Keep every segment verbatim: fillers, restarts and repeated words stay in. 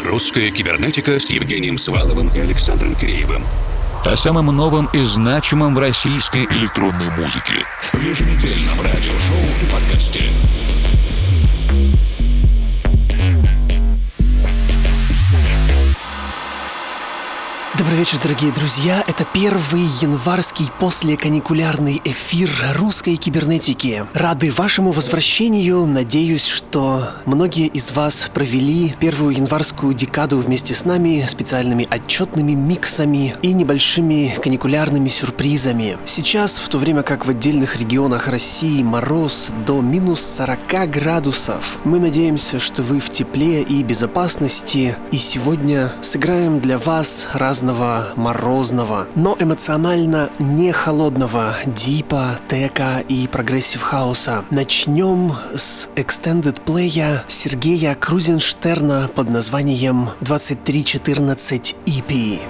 Русская кибернетика с Евгением Сваловым и Александром Киреевым. О самом новом и значимом в российской электронной музыке. В еженедельном радиошоу и подкасте. Добрый вечер, дорогие друзья. Это первый январский послеканикулярный эфир русской кибернетики. Рады вашему возвращению. Надеюсь, что многие из вас провели первую январскую декаду вместе с нами специальными отчетными миксами и небольшими каникулярными сюрпризами. Сейчас, в то время как в отдельных регионах России мороз до минус сорок градусов, мы надеемся, что вы в тепле и безопасности. И сегодня сыграем для вас разного морозного, но эмоционально не холодного дипа, тека и прогрессив хауса. Начнем с Extended Play Сергея Крузенштерна под названием двадцать три четырнадцать и пи.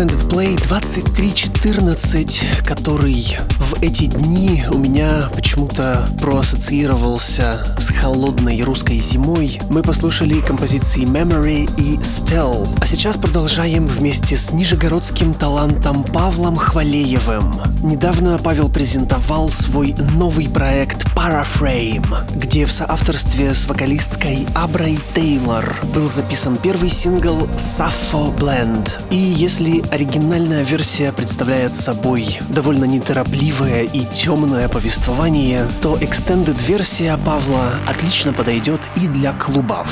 Extended Play двадцать три четырнадцать, который в эти дни у меня почему-то проассоциировался с холодной русской зимой. Мы послушали композиции Memory и Stell. А сейчас продолжаем вместе с нижегородским талантом Павлом Хвалеевым. Недавно Павел презентовал свой новый проект Paraframe, где в соавторстве с вокалисткой Аброй Тейлор был записан первый сингл Sappho Blend. И если оригинальная версия представляет собой довольно неторопливое и темное повествование, то экстендед-версия Павла отлично подойдет и для клубов.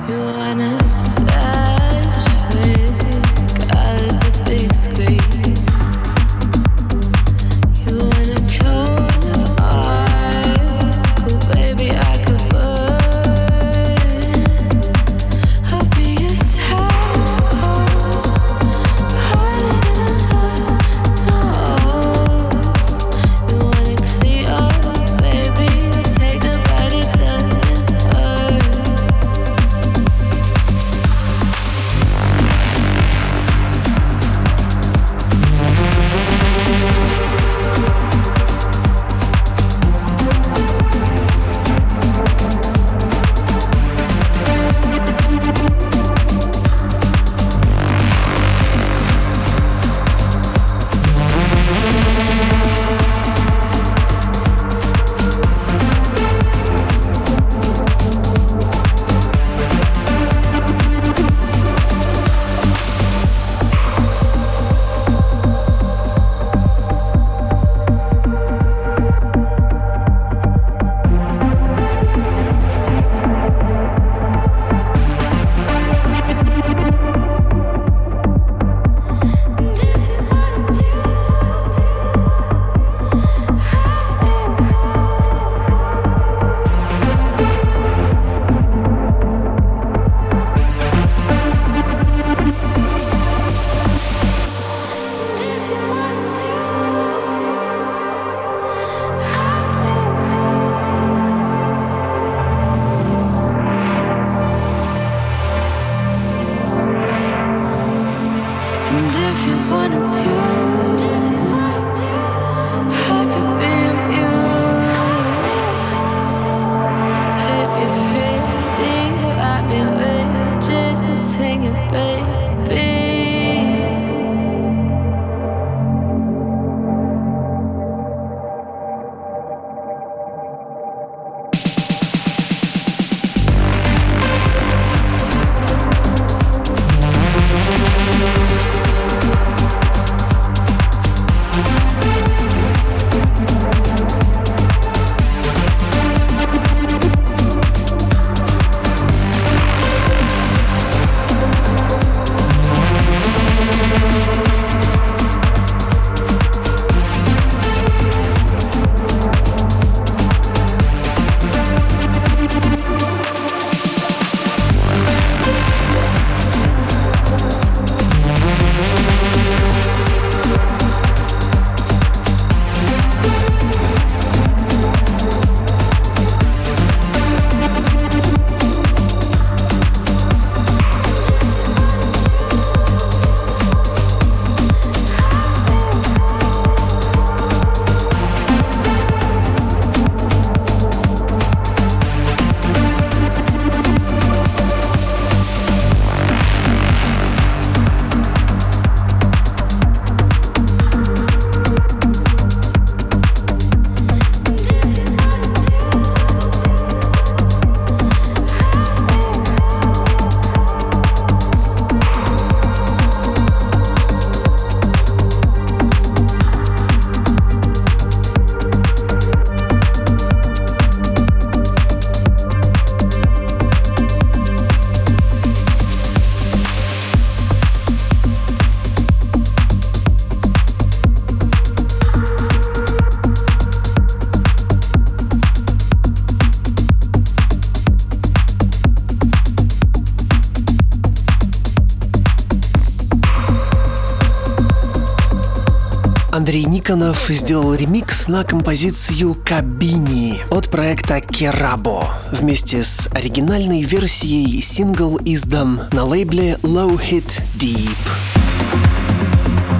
Андрей Никонов сделал ремикс на композицию «Кабини» от проекта Керабо. Вместе с оригинальной версией сингл издан на лейбле Low Hit Deep.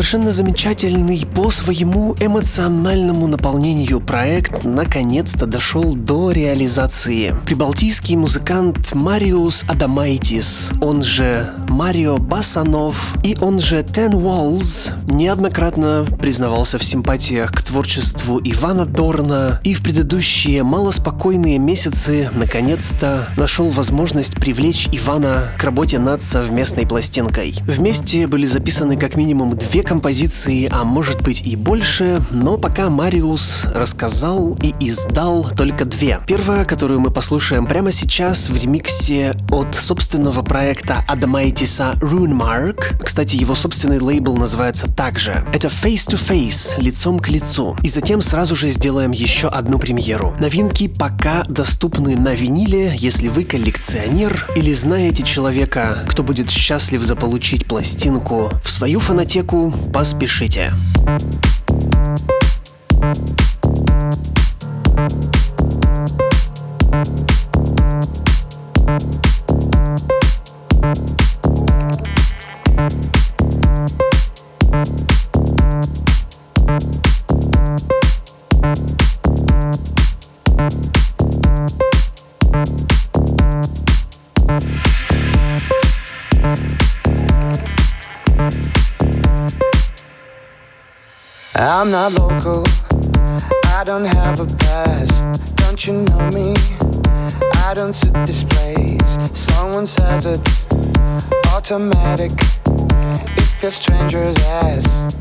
совершенно замечательный по своему эмоциональному наполнению проект наконец-то дошел до реализации. Прибалтийский музыкант Мариус Адамайтис, он же Марио Басанов и он же Ten Walls, неоднократно признавался в симпатиях к творчеству Ивана Дорна и в предыдущие малоспокойные месяцы наконец-то нашел возможность привлечь Ивана к работе над совместной пластинкой. Вместе были записаны как минимум две композиции, а может быть и больше, но пока Мариус рассказал и издал только две. Первая, которую мы послушаем прямо сейчас в ремиксе от собственного проекта Адамайтиса Runemark. Кстати, его собственный лейбл называется также. Это Face to Face, лицом к лицу. И затем сразу же сделаем еще одну премьеру. Новинки пока доступны на виниле, если вы коллекционер или знаете человека, кто будет счастлив заполучить пластинку в свою фонотеку, поспешите. I'm not local, I don't have a pass. Don't you know me? I don't suit this place. Someone says it's automatic if you're stranger's ass.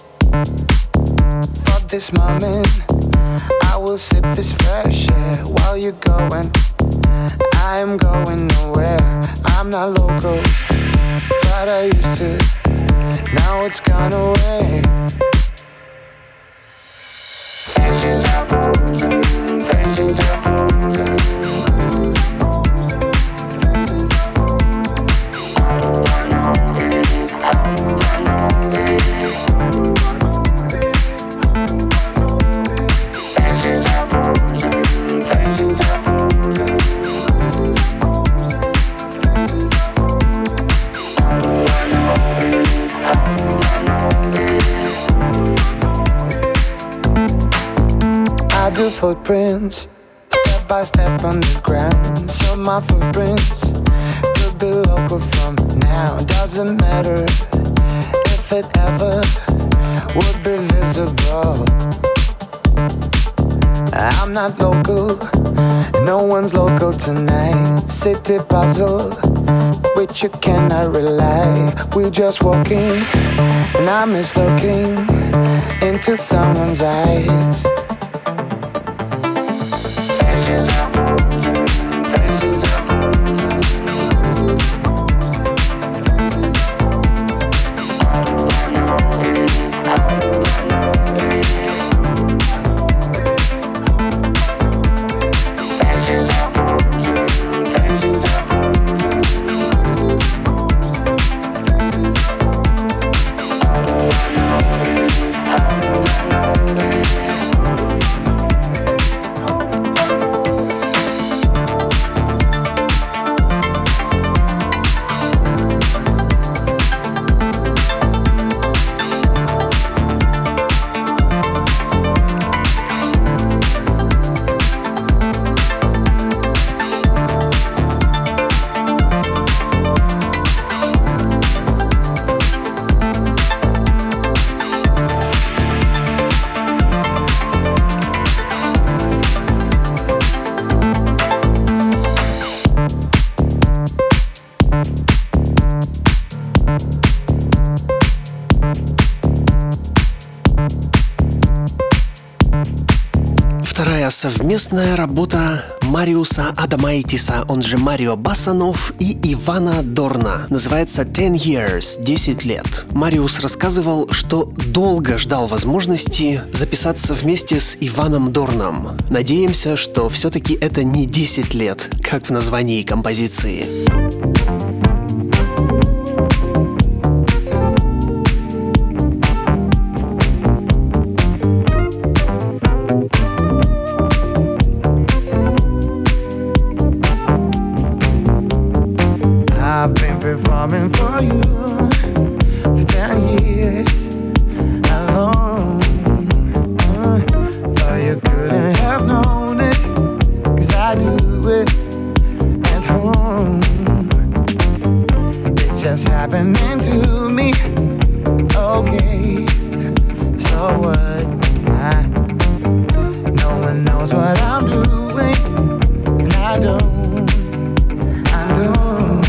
For this moment, I will sip this fresh air while you're going. I am going nowhere. I'm not local, but I used to. Now it's gone away. Footprints, step by step on the ground. So my footprints could be local from now. Doesn't matter if it ever would be visible. I'm not local, no one's local tonight. City puzzle, which you cannot rely. We just walking, and I miss looking into someone's eyes. Совместная работа Мариуса Адамайтиса, он же Марио Басанов, и Ивана Дорна. Называется ten years, десять лет. Мариус рассказывал, что долго ждал возможности записаться вместе с Иваном Дорном. Надеемся, что все-таки это не десять лет, как в названии композиции. I've been performing for you for ten years. It's just happening to me. Okay, so what? I, no one knows what I'm doing, and I don't, I don't.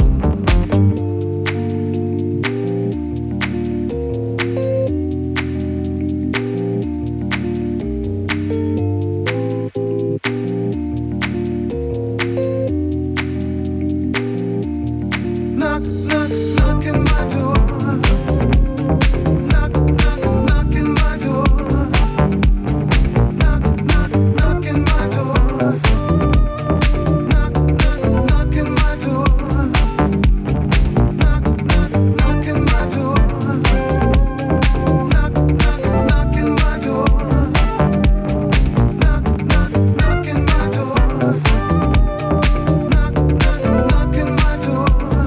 Knock, knock, knocking my door. Knock, knock, knocking my door. Knock, knock, knocking my door. Knock, knock, knocking my door. Knock, knock, knocking my door. Knock, knock, knocking my door. Knock, knock, knocking my door. Knock, knock, knocking my door.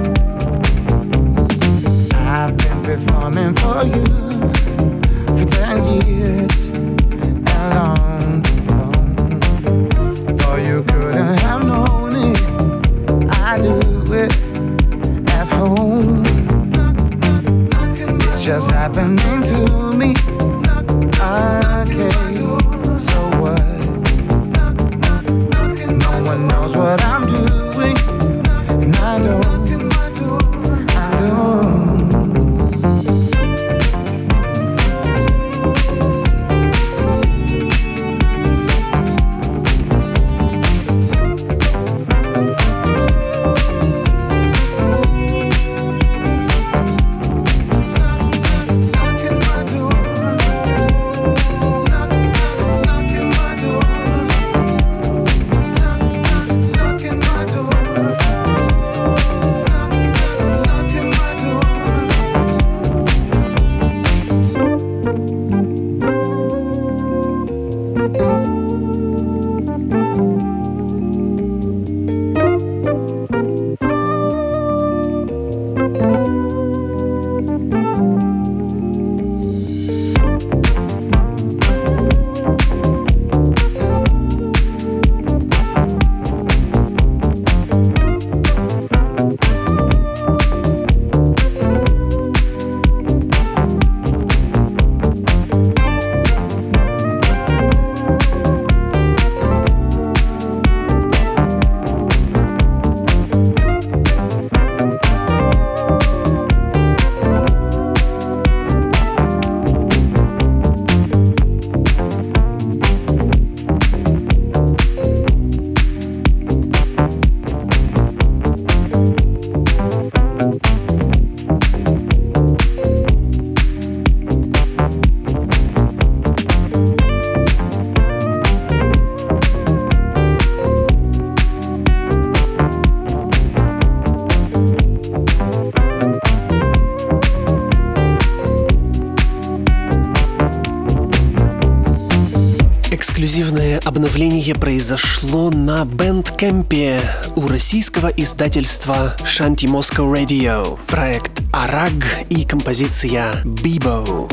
I've been performing for you for ten years and long, long. Though you couldn't have known it, I do it at home. It's just happening to me. Okay, so what? No one knows what I'm doing, and I don't, I don't. Эксклюзивное обновление произошло на Bandcamp'е у российского издательства Shanti Moscow Radio. Проект Араг и композиция Bebo.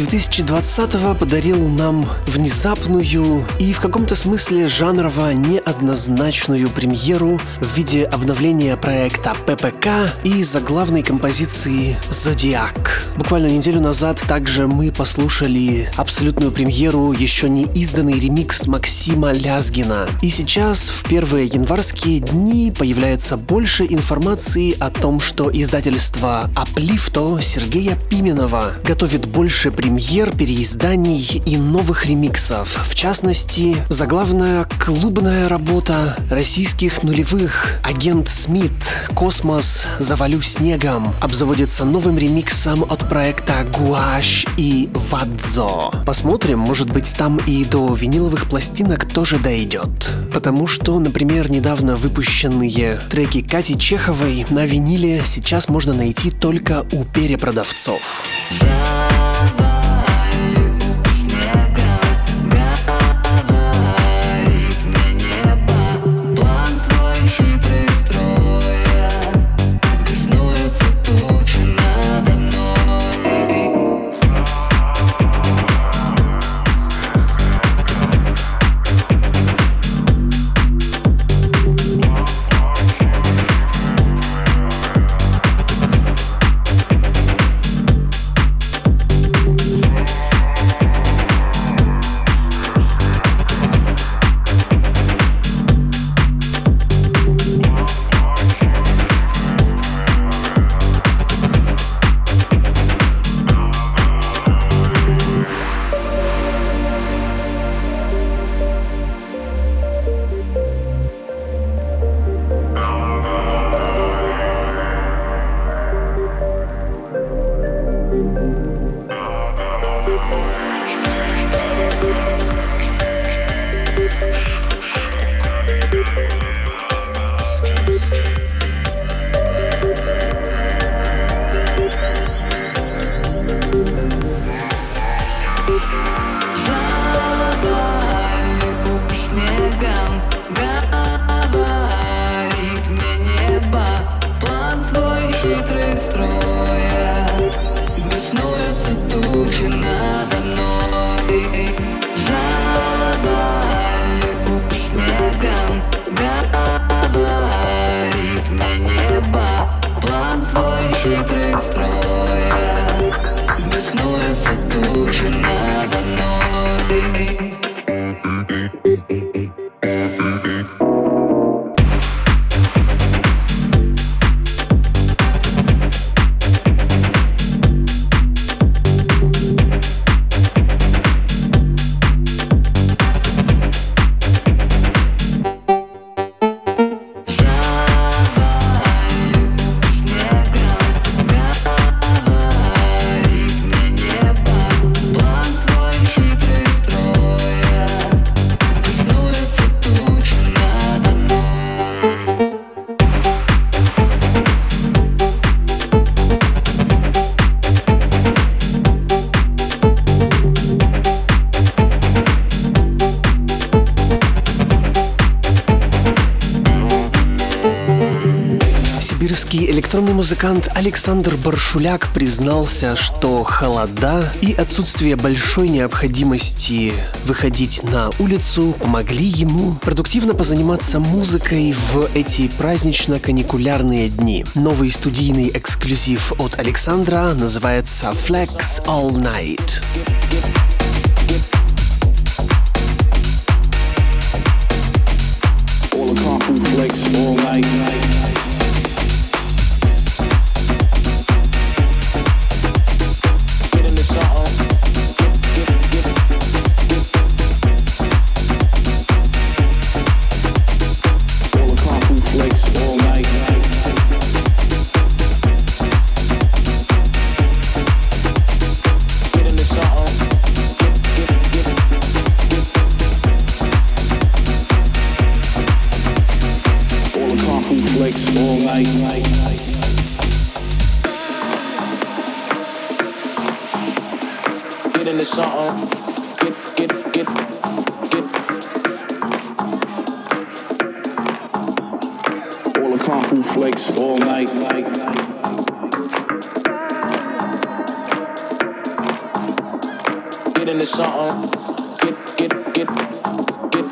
тысячи двадцатого подарил нам внезапную и в каком-то смысле жанрово неоднозначную премьеру в виде обновления проекта пэ пэ ка и заглавной композиции «Зодиак». Буквально неделю назад также мы послушали абсолютную премьеру, еще не изданный ремикс Максима Лязгина. И сейчас, в первые январские дни, появляется больше информации о том, что издательство Аплифто Сергея Пименова готовит больше премьер, переизданий и новых ремиксов. В частности, заглавная клубная работа российских нулевых «Агент Смит. Космос. Завалю снегом» обзаводится новым ремиксом от проекта Гуаш и Вадзо. Посмотрим, может быть, там и до виниловых пластинок тоже дойдет. Потому что, например, недавно выпущенные треки Кати Чеховой на виниле сейчас можно найти только у перепродавцов. Электронный музыкант Александр Баршуляк признался, что холода и отсутствие большой необходимости выходить на улицу помогли ему продуктивно позаниматься музыкой в эти празднично-каникулярные дни. Новый студийный эксклюзив от Александра называется Flex All Night. Get into something. Get, get, get, get.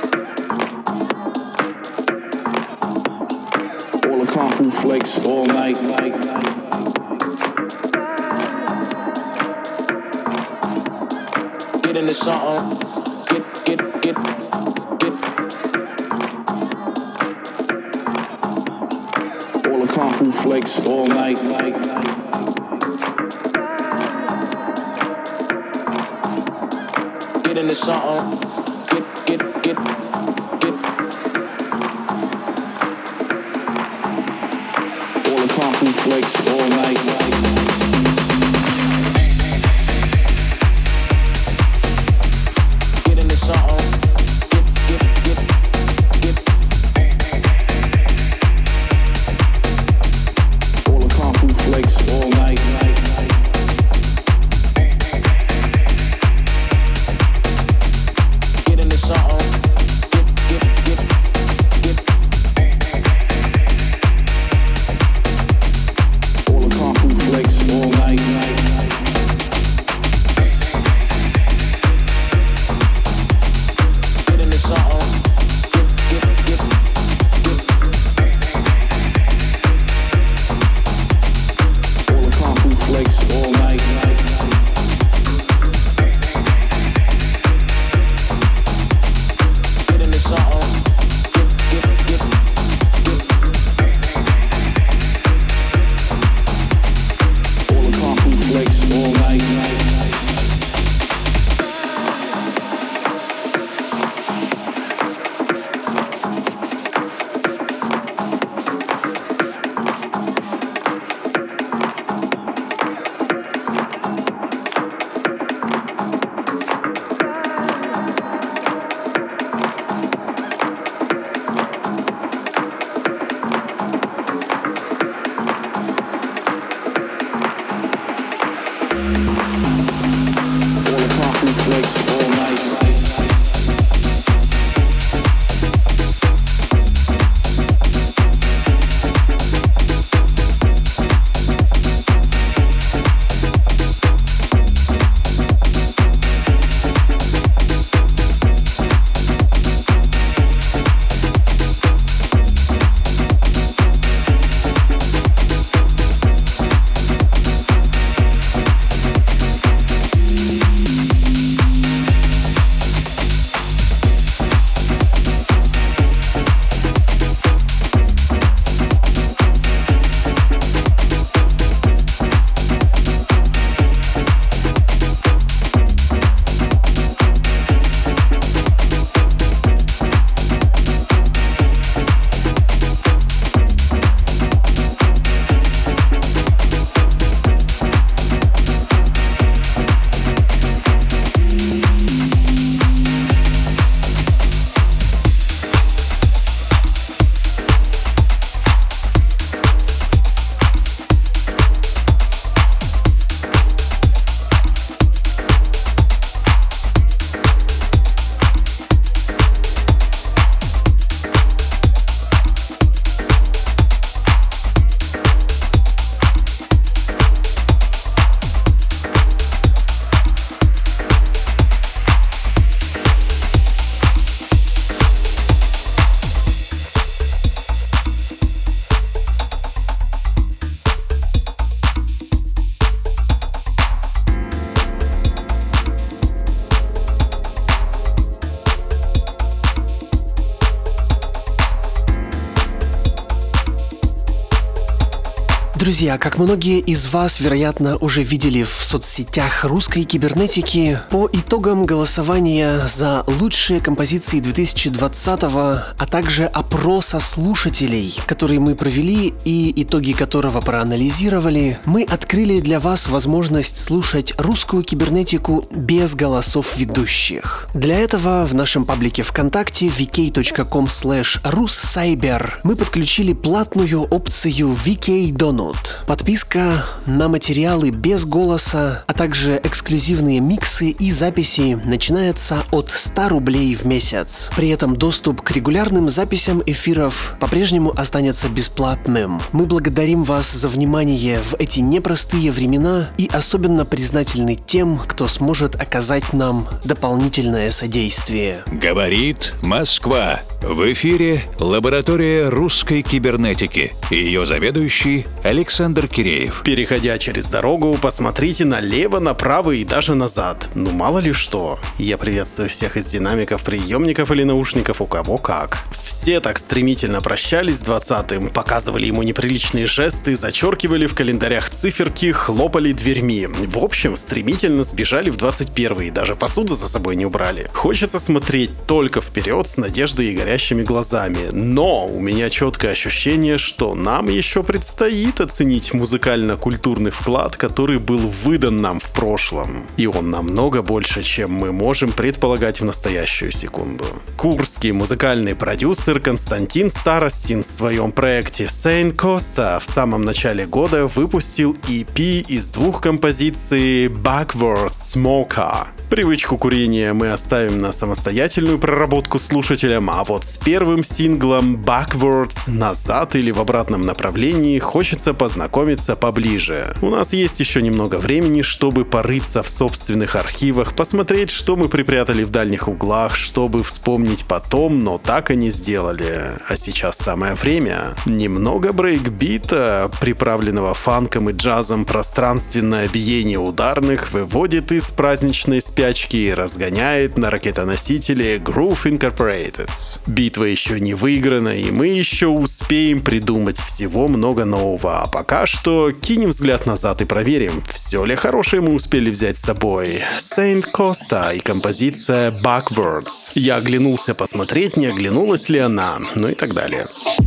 All the kung fu flakes all night, night, night. Get into something. Get, get, get, get. All the kung fu flakes all night, night, night. Get into something. Get, get, get, get. All the kung fu flakes all night, night. Get into something. Get, get, get, get. All the kung fu flakes all night, night, night. Get into something. Get, get, get, get. All the kung fu flakes all night, night, night. Get into something. Get, get, get, get. All the kung fu flakes all night, night, night. Get into something. Get, get, get, get. All the kung fu flakes all night, night, night. All the kung fu flakes all night, night, night. Друзья, как многие из вас, вероятно, уже видели в соцсетях русской кибернетики, по итогам голосования за лучшие композиции две тысячи двадцатого, а также опроса слушателей, который мы провели и итоги которого проанализировали, мы открыли для вас возможность слушать русскую кибернетику без голосов ведущих. Для этого в нашем паблике ВКонтакте ви кей точка ком слэш руссайбер мы подключили платную опцию ви кей Donut. минут. Подписка на материалы без голоса, а также эксклюзивные миксы и записи начинается от ста рублей в месяц. При этом доступ к регулярным записям эфиров по-прежнему останется бесплатным. Мы благодарим вас за внимание в эти непростые времена и особенно признательны тем, кто сможет оказать нам дополнительное содействие. Говорит Москва. В эфире лаборатория русской кибернетики. Ее заведующий Александр Киреев. Переходя через дорогу, посмотрите налево, направо и даже назад. Ну мало ли что. Я приветствую всех из динамиков, приемников или наушников, у кого как. Все так стремительно прощались с двадцатым, показывали ему неприличные жесты, зачеркивали в календарях циферки, хлопали дверьми. В общем, стремительно сбежали в двадцать первый, даже посуду за собой не убрали. Хочется смотреть только вперед с надеждой и горящими глазами. Но у меня четкое ощущение, что нам еще предстоит оценить музыкально-культурный вклад, который был выдан нам в прошлом. И он намного больше, чем мы можем предполагать в настоящую секунду. Курский музыкальный продюсер Константин Старостин в своем проекте Saint Costa в самом начале года выпустил и пи из двух композиций Backwards Smoker. Привычку курения мы оставим на самостоятельную проработку слушателям, а вот с первым синглом Backwards, назад или в обратном направлении, хочется познакомиться поближе. У нас есть еще немного времени, чтобы порыться в собственных архивах, посмотреть, что мы припрятали в дальних углах, чтобы вспомнить потом, но так и не сделали. А сейчас самое время. Немного брейкбита, приправленного фанком и джазом, пространственное биение ударных выводит из праздничной спячки и разгоняет на ракетоносителе Groove Incorporated. Битва еще не выиграна, и мы еще успеем придумать всего много нового. А пока что кинем взгляд назад и проверим, все ли хорошее мы успели взять с собой. Saint Costa и композиция Backwards. Я оглянулся посмотреть, не оглянулась ли она, ну и так далее.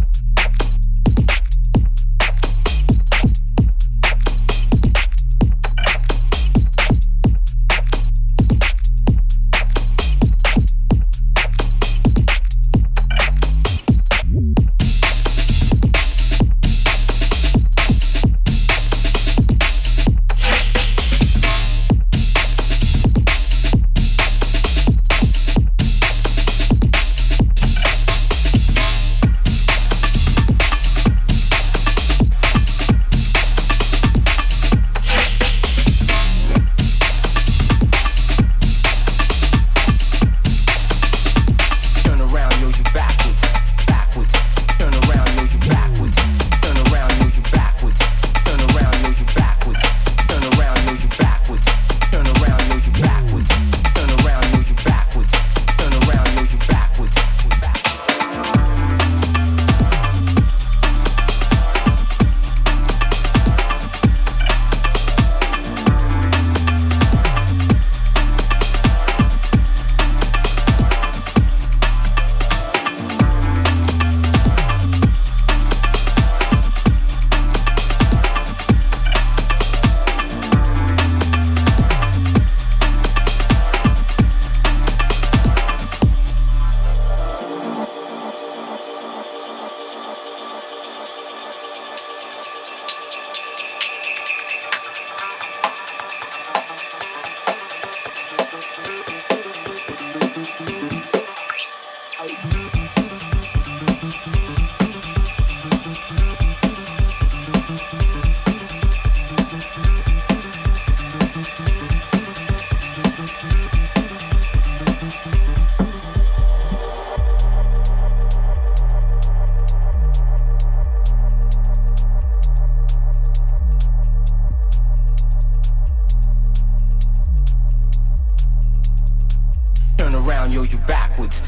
yo, you backwards.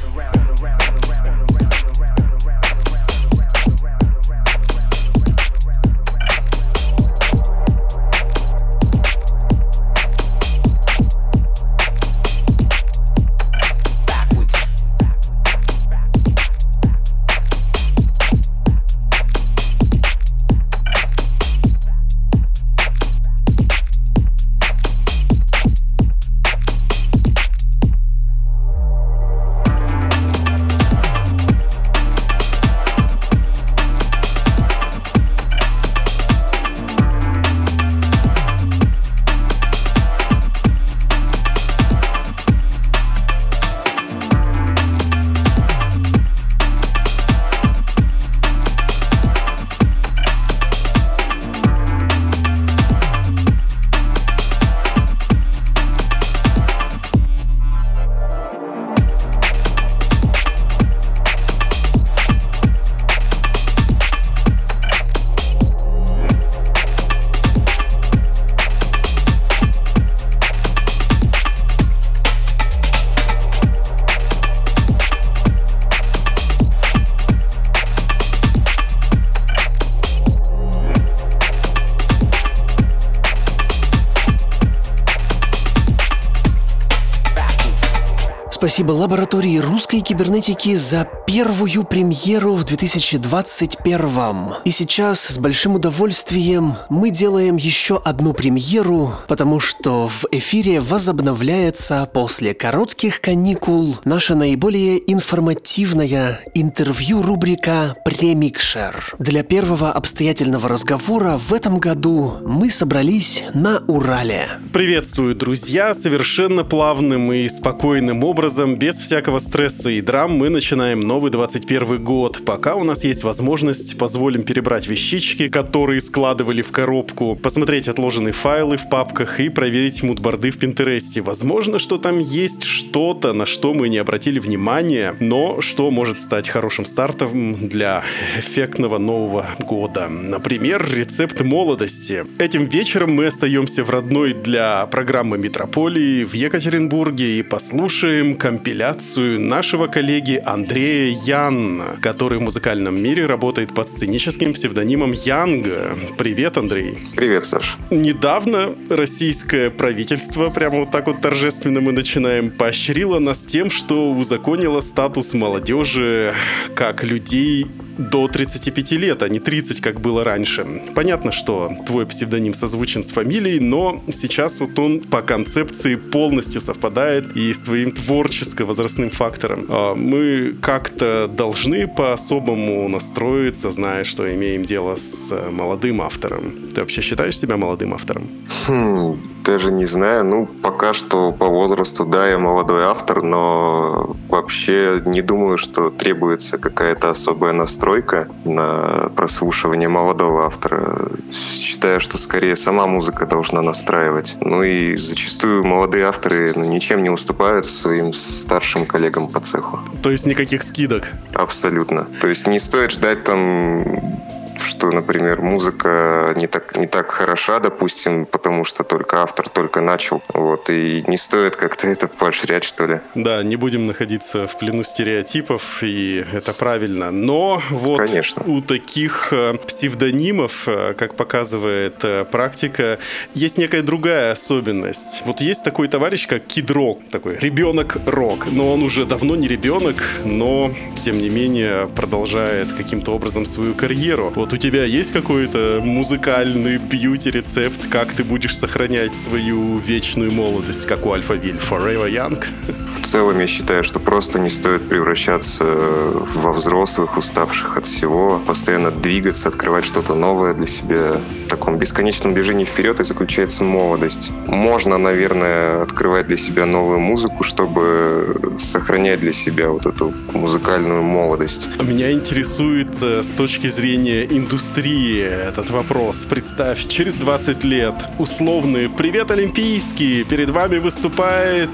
спасибо лаборатории русской кибернетики за первую премьеру в две тысячи двадцать первом. И сейчас с большим удовольствием мы делаем еще одну премьеру, потому что в эфире возобновляется после коротких каникул наша наиболее информативная интервью-рубрика «Премикшер». Для первого обстоятельного разговора в этом году мы собрались на Урале. Приветствую, друзья! Совершенно плавным и спокойным образом, без всякого стресса и драм, мы начинаем новый двадцать первый год. Пока у нас есть возможность, позволим перебрать вещички, которые складывали в коробку, посмотреть отложенные файлы в папках и проверить мудборды в Пинтересте. Возможно, что там есть что-то, на что мы не обратили внимания, но что может стать хорошим стартом для эффектного Нового года. Например, рецепт молодости. Этим вечером мы остаемся в родной для программы «Метрополии» в Екатеринбурге и послушаем компиляцию нашего коллеги Андрея Ян, который в музыкальном мире работает под сценическим псевдонимом Янг. Привет, Андрей. Привет, Саш. Недавно российское правительство, прямо вот так вот торжественно мы начинаем, поощрило нас тем, что узаконило статус молодежи как людей до тридцати пяти лет, а не тридцать, как было раньше. Понятно, что твой псевдоним созвучен с фамилией, но сейчас вот он по концепции полностью совпадает и с твоим творческо-возрастным фактором. Мы как-то должны по-особому настроиться, зная, что имеем дело с молодым автором. Ты вообще считаешь себя молодым автором? Хм, даже не знаю. Ну, пока что по возрасту, да, я молодой автор, но вообще не думаю, что требуется какая-то особая настройка на прослушивание молодого автора. Считаю, что скорее сама музыка должна настраивать. Ну и зачастую молодые авторы ну, ничем не уступают своим старшим коллегам по цеху. То есть никаких скидок? Абсолютно. То есть не стоит ждать там... что, например, музыка не так, не так хороша, допустим, потому что только автор только начал. Вот, и не стоит как-то это поощрять, что ли. Да, не будем находиться в плену стереотипов, и это правильно. Но вот Конечно. У таких псевдонимов, как показывает практика, есть некая другая особенность. Вот есть такой товарищ, как Кид Рок, такой ребенок-рок. Но он уже давно не ребенок, но, тем не менее, продолжает каким-то образом свою карьеру. Вот у тебя есть какой-то музыкальный бьюти-рецепт, как ты будешь сохранять свою вечную молодость, как у Alphaville, Forever Young? В целом, я считаю, что просто не стоит превращаться во взрослых, уставших от всего, постоянно двигаться, открывать что-то новое для себя. В таком бесконечном движении вперед и заключается молодость. Можно, наверное, открывать для себя новую музыку, чтобы сохранять для себя вот эту музыкальную молодость. Меня интересует с точки зрения индустрии этот вопрос. Представь, через двадцать лет условный «Привет, Олимпийский!» перед вами выступает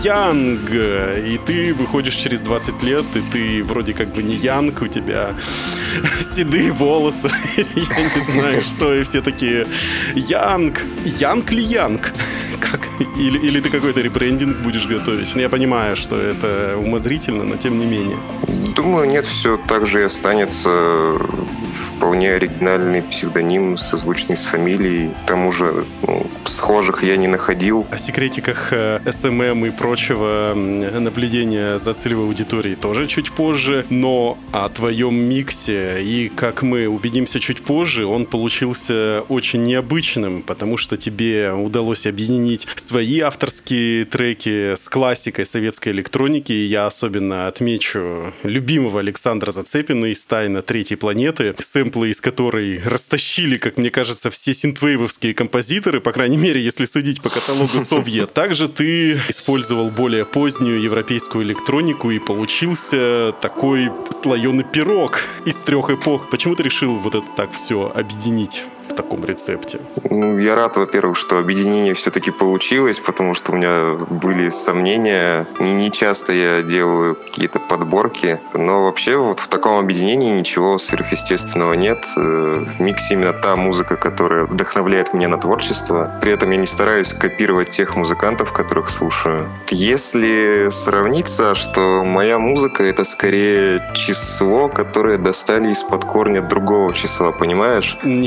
Янг, и ты выходишь через двадцать лет, и ты вроде как бы не Янг, у тебя седые волосы, я не знаю что, и все такие «Янг! Янг ли Янг?» Как? Или, или ты какой-то ребрендинг будешь готовить? Я понимаю, что это умозрительно, но тем не менее. Думаю, нет, все так же и останется. Вполне оригинальный псевдоним, созвучный с фамилией. К тому же, ну, схожих я не находил. О секретиках эс эм эм и прочего наблюдения за целевой аудиторией тоже чуть позже. Но о твоем миксе, и как мы убедимся чуть позже, он получился очень необычным, потому что тебе удалось объединить свои авторские треки с классикой советской электроники. И я особенно отмечу любимого Александра Зацепина из «Тайна третьей планеты», сэмплы из которой растащили, как мне кажется, все синтвейвовские композиторы, по крайней мере, если судить по каталогу Совет. Также ты использовал более позднюю европейскую электронику, и получился такой слоеный пирог из трех эпох. Почему ты решил вот это так все объединить в таком рецепте? Ну, я рад, во-первых, что объединение все-таки получилось, потому что у меня были сомнения. Не, не часто я делаю какие-то подборки, но вообще вот в таком объединении ничего сверхъестественного нет. В миксе именно та музыка, которая вдохновляет меня на творчество. При этом я не стараюсь копировать тех музыкантов, которых слушаю. Если сравниться, что моя музыка — это скорее число, которое достали из-под корня другого числа, понимаешь? Нет, это То есть...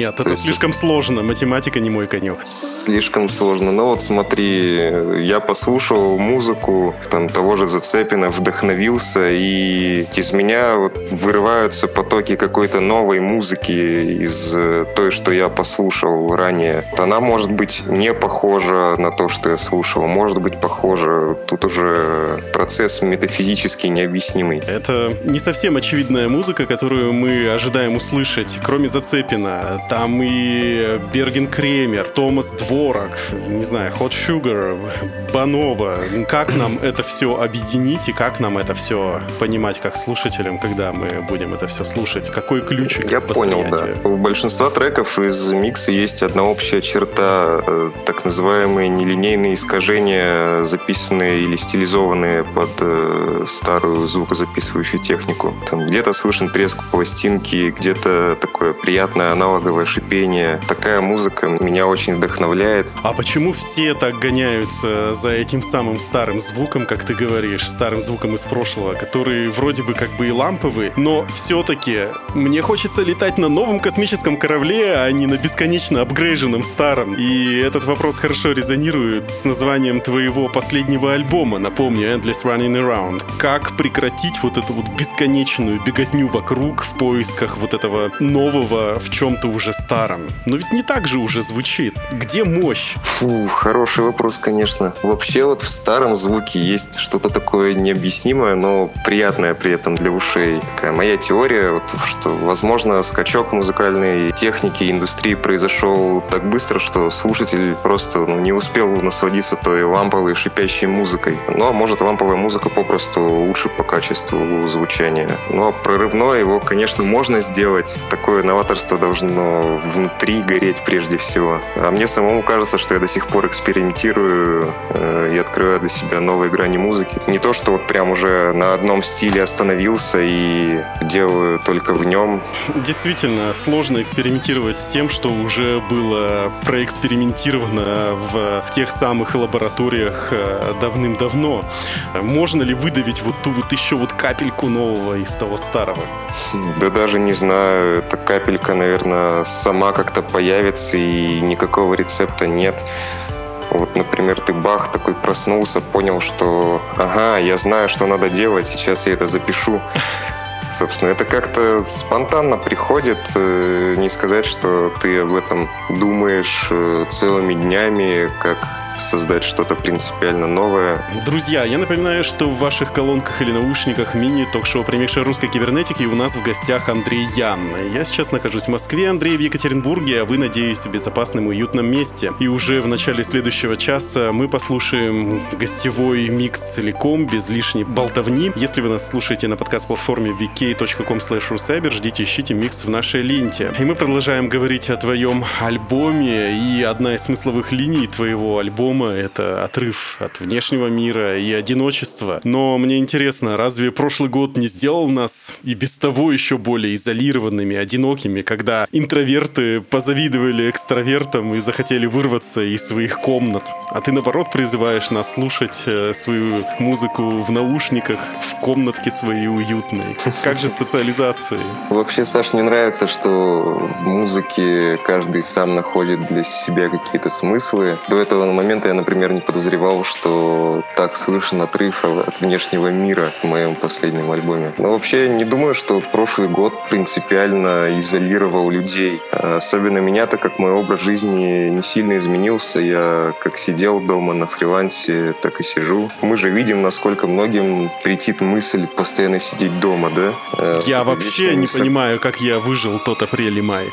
слишком сложно, математика не мой конек. Слишком сложно. Ну вот смотри, я послушал музыку там того же Зацепина, вдохновился, и из меня вот вырываются потоки какой-то новой музыки из той, что я послушал ранее. Она может быть не похожа на то, что я слушал, может быть похожа. Тут уже процесс метафизически необъяснимый. Это не совсем очевидная музыка, которую мы ожидаем услышать. Кроме Зацепина, там и Берген Кремер, Томас Дворак, не знаю, Hot Sugar, Бонобо. Как нам это все объединить и как нам это все понимать как слушателям, когда мы будем это все слушать? Какой ключик Я к понял, да. У большинства треков из микса есть одна общая черта, так называемые нелинейные искажения, записанные или стилизованные под э, старую звукозаписывающую технику. Там где-то слышен треск пластинки, где-то такое приятное аналоговое шипение. Такая музыка меня очень вдохновляет. А почему все так гоняются за этим самым старым звуком, как ты говоришь, старым звуком из прошлого, который вроде бы как бы и ламповый, но все-таки мне хочется летать на новом космическом корабле, а не на бесконечно апгрейженном старом. И этот вопрос хорошо резонирует с названием твоего последнего альбома, напомню, Endless Running Around. Как прекратить вот эту вот бесконечную беготню вокруг в поисках вот этого нового в чем-то уже старом? Но ведь не так же уже звучит. Где мощь? Фу, хороший вопрос, конечно. Вообще вот в старом звуке есть что-то такое необъяснимое, но приятное при этом для ушей. Такая моя теория, вот, что, возможно, скачок музыкальной техники, индустрии произошел так быстро, что слушатель просто ну, не успел насладиться той ламповой шипящей музыкой. Ну, а может, ламповая музыка попросту лучше по качеству звучания. Ну, а прорывное его, конечно, можно сделать. Такое новаторство должно внутри гореть прежде всего. А мне самому кажется, что я до сих пор экспериментирую э, и открываю для себя новые грани музыки. Не то, что вот прям уже на одном стиле остановился и делаю только в нем. Действительно, сложно экспериментировать с тем, что уже было проэкспериментировано в тех самых лабораториях давным-давно. Можно ли выдавить вот ту вот еще вот капельку нового из того старого? Да даже не знаю. Эта капелька, наверное, сама как-то появится, и никакого рецепта нет. Вот, например, ты бах, такой проснулся, понял, что ага, я знаю, что надо делать, сейчас я это запишу. Собственно, это как-то спонтанно приходит. Не сказать, что ты об этом думаешь целыми днями, как создать что-то принципиально новое. Друзья, я напоминаю, что в ваших колонках или наушниках мини-ток-шоу «Премикшер русской кибернетики» у нас в гостях Андрей Ян. Я сейчас нахожусь в Москве, Андрей в Екатеринбурге, а вы, надеюсь, в безопасном и уютном месте. И уже в начале следующего часа мы послушаем гостевой микс целиком, без лишней болтовни. Если вы нас слушаете на подкаст-платформе ви кей точка ком слэш русайбер, ждите, ищите микс в нашей ленте. И мы продолжаем говорить о твоем альбоме, и одна из смысловых линий твоего альбома — это отрыв от внешнего мира и одиночество. Но мне интересно, разве прошлый год не сделал нас и без того еще более изолированными, одинокими, когда интроверты позавидовали экстравертам и захотели вырваться из своих комнат? А ты, наоборот, призываешь нас слушать свою музыку в наушниках, в комнатке своей уютной. Как же с социализацией? Вообще, Саш, мне нравится, что в музыке каждый сам находит для себя какие-то смыслы. До этого момента я, например, не подозревал, что так слышен отрыв от внешнего мира в моем последнем альбоме. Но вообще не думаю, что прошлый год принципиально изолировал людей. Особенно меня, так как мой образ жизни не сильно изменился. Я как сидел дома на фрилансе, так и сижу. Мы же видим, насколько многим претит мысль постоянно сидеть дома, да? Я вообще не понимаю, как я выжил тот апрель и май.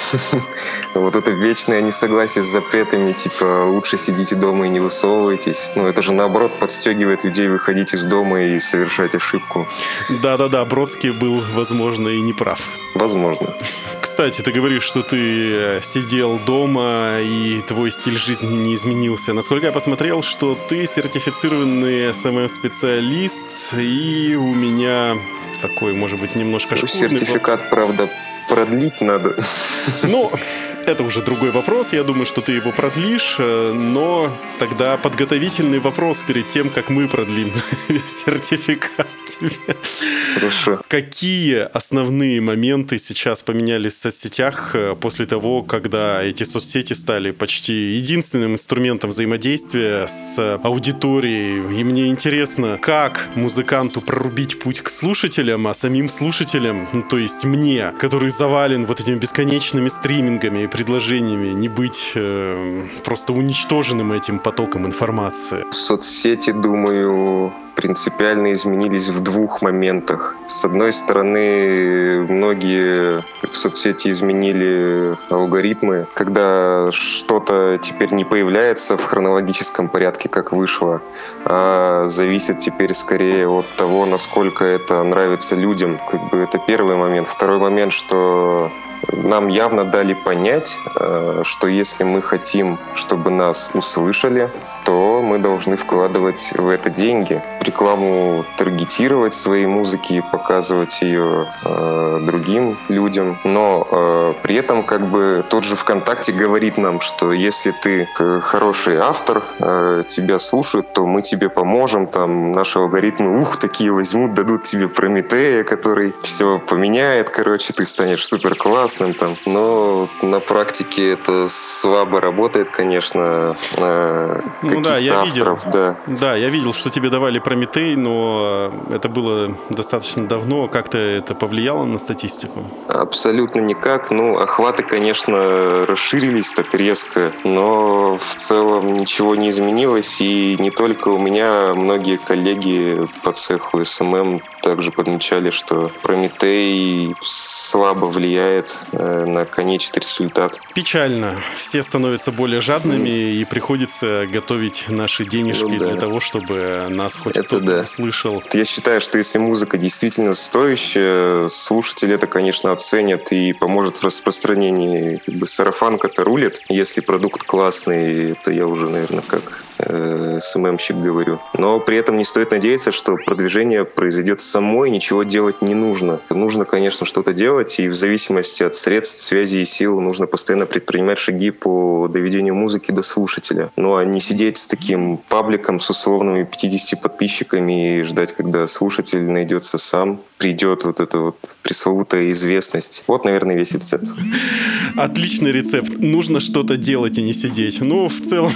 Вот это вечное несогласие с запретами, типа лучше сидите дома и не высовывайтесь. Ну это же наоборот подстегивает людей выходить из дома и совершать ошибку. Да-да-да, Бродский был, возможно, и не прав. Возможно. Кстати, ты говоришь, что ты сидел дома и твой стиль жизни не изменился. Насколько я посмотрел, что ты сертифицированный эс эм эм-специалист, и у меня такой, может быть, немножко шкурный... Сертификат, правда, продлить надо. Ну, это уже другой вопрос. Я думаю, что ты его продлишь, но тогда подготовительный вопрос перед тем, как мы продлим сертификат тебе. Хорошо. Какие основные моменты сейчас поменялись в соцсетях после того, когда эти соцсети стали почти единственным инструментом взаимодействия с аудиторией? И мне интересно, как музыканту прорубить путь к слушателям, а самим слушателям, ну, то есть мне, который завален вот этими бесконечными стримингами и предложениями, не быть э, просто уничтоженным этим потоком информации? Соцсети, думаю, принципиально изменились в двух моментах. С одной стороны, многие соцсети изменили алгоритмы, когда что-то теперь не появляется в хронологическом порядке, как вышло, а зависит теперь скорее от того, насколько это нравится людям. Как бы это первый момент. Второй момент, что нам явно дали понять, что если мы хотим, чтобы нас услышали, то мы должны вкладывать в это деньги. Рекламу таргетировать своей музыки и показывать ее э, другим людям. Но э, при этом как бы тот же ВКонтакте говорит нам, что если ты хороший автор, э, тебя слушают, то мы тебе поможем. Там наши алгоритмы, ух, такие возьмут, дадут тебе Прометея, который все поменяет, короче, ты станешь супер классным. Там. Но на практике это слабо работает, конечно. Э, Ну да, я авторов, видел. Да. да, я видел, что тебе давали Прометей, но это было достаточно давно. Как-то это повлияло на статистику? Абсолютно никак. Ну, охваты, конечно, расширились так резко, но в целом ничего не изменилось. И не только у меня, многие коллеги по цеху эс эм эм также подмечали, что Прометей слабо влияет э, на конечный результат. Печально. Все становятся более жадными, mm. и приходится готовить наши денежки ну, да. для того, чтобы нас хоть это кто-то да. услышал. Я считаю, что если музыка действительно стоящая, слушатели это, конечно, оценят и поможет в распространении. Как бы сарафанка-то рулит. Если продукт классный, это я уже, наверное, как э, эс эм эм-щик говорю. Но при этом не стоит надеяться, что продвижение произойдет само, и ничего делать не нужно. Нужно, конечно, что-то делать, и в зависимости от средств, связи и сил нужно постоянно предпринимать шаги по доведению музыки до слушателя. Ну а не сидеть с таким пабликом с условными пятьюдесятью подписчиками и ждать, когда слушатель найдется сам, придет вот эта вот пресловутая известность. Вот, наверное, весь рецепт. Отличный рецепт. Нужно что-то делать и не сидеть. Ну, в целом,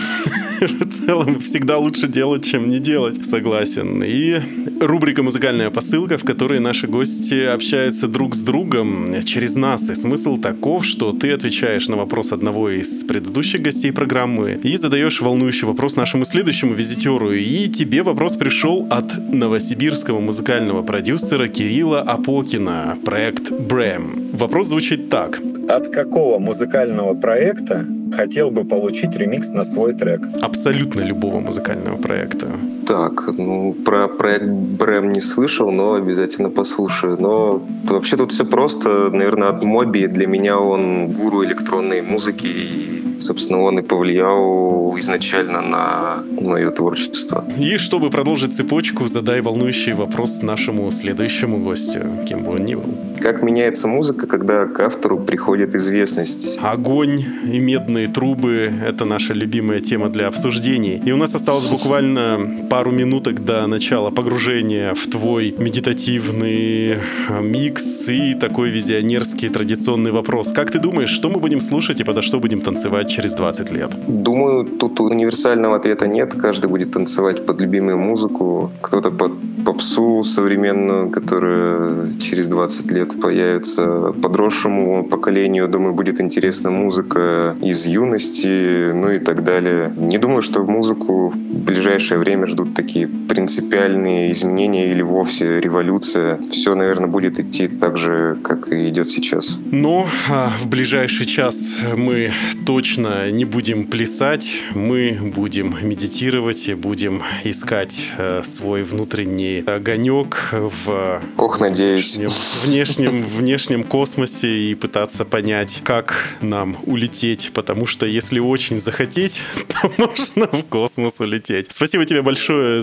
в целом всегда лучше делать, чем не делать. Согласен. И рубрика «Музыкальная посылка», в которой наши гости общаются друг с другом через нас. И смысл таков, что ты отвечаешь на вопрос одного из предыдущих гостей программы и задаешь волнующий вопрос нашему следующему визитеру. И тебе вопрос пришел от новосибирского музыкального продюсера Кирилла Апокина, проект Брэм. Вопрос звучит так. От какого музыкального проекта хотел бы получить ремикс на свой трек? Абсолютно любого музыкального проекта. Так, ну, про проект Брэм не слышал, но обязательно послушаю. Но вообще тут все просто. Наверное, от Моби для меня он гуру электронной музыки, и, собственно, он и повлиял изначально на мое творчество. И чтобы продолжить цепочку, задай волнующий вопрос нашему следующему гостю, кем бы он ни был. Как меняется музыка, когда к автору приходит известность? Огонь и медные трубы — это наша любимая тема для обсуждений. И у нас осталось буквально пару минуток до начала погружения в твой медитативный микс и такой визионерский традиционный вопрос. Как ты думаешь, что мы будем слушать и подо что будем танцевать через двадцать лет? Думаю, тут универсального ответа нет. Каждый будет танцевать под любимую музыку. Кто-то под попсу современную, которая через двадцать лет появится. Подросшему поколению, думаю, будет интересна музыка из юности, ну и так далее. Не думаю, что в музыку в ближайшее время ждут такие принципиальные изменения или вовсе революция. Все, наверное, будет идти так же, как и идет сейчас. Но а, в ближайший час мы точно не будем плясать, мы будем медитировать и будем искать а, свой внутренний огонек в Ох, надеюсь. Внешнем, внешнем, внешнем космосе и пытаться понять, как нам улететь, потому что если очень захотеть, то можно в космос улететь. Спасибо тебе большое за беседу.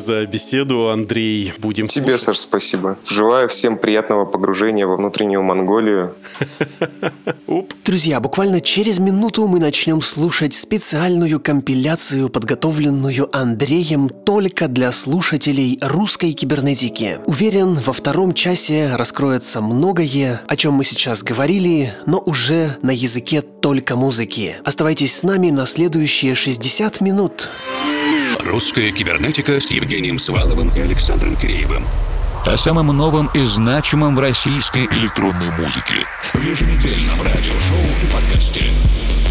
беседу, Андрей. Будем Тебе, слушать. Саш, спасибо. Желаю всем приятного погружения во внутреннюю Монголию. Друзья, буквально через минуту мы начнем слушать специальную компиляцию, подготовленную Андреем только для слушателей русской кибернетики. Уверен, во втором часе раскроется многое, о чем мы сейчас говорили, но уже на языке только музыки. Оставайтесь с нами на следующие шестьдесят минут. Русская кибернетика с Евгением Сваловым и Александром Киреевым. О самом новом и значимом в российской электронной музыке. В еженедельном радиошоу и подкасте.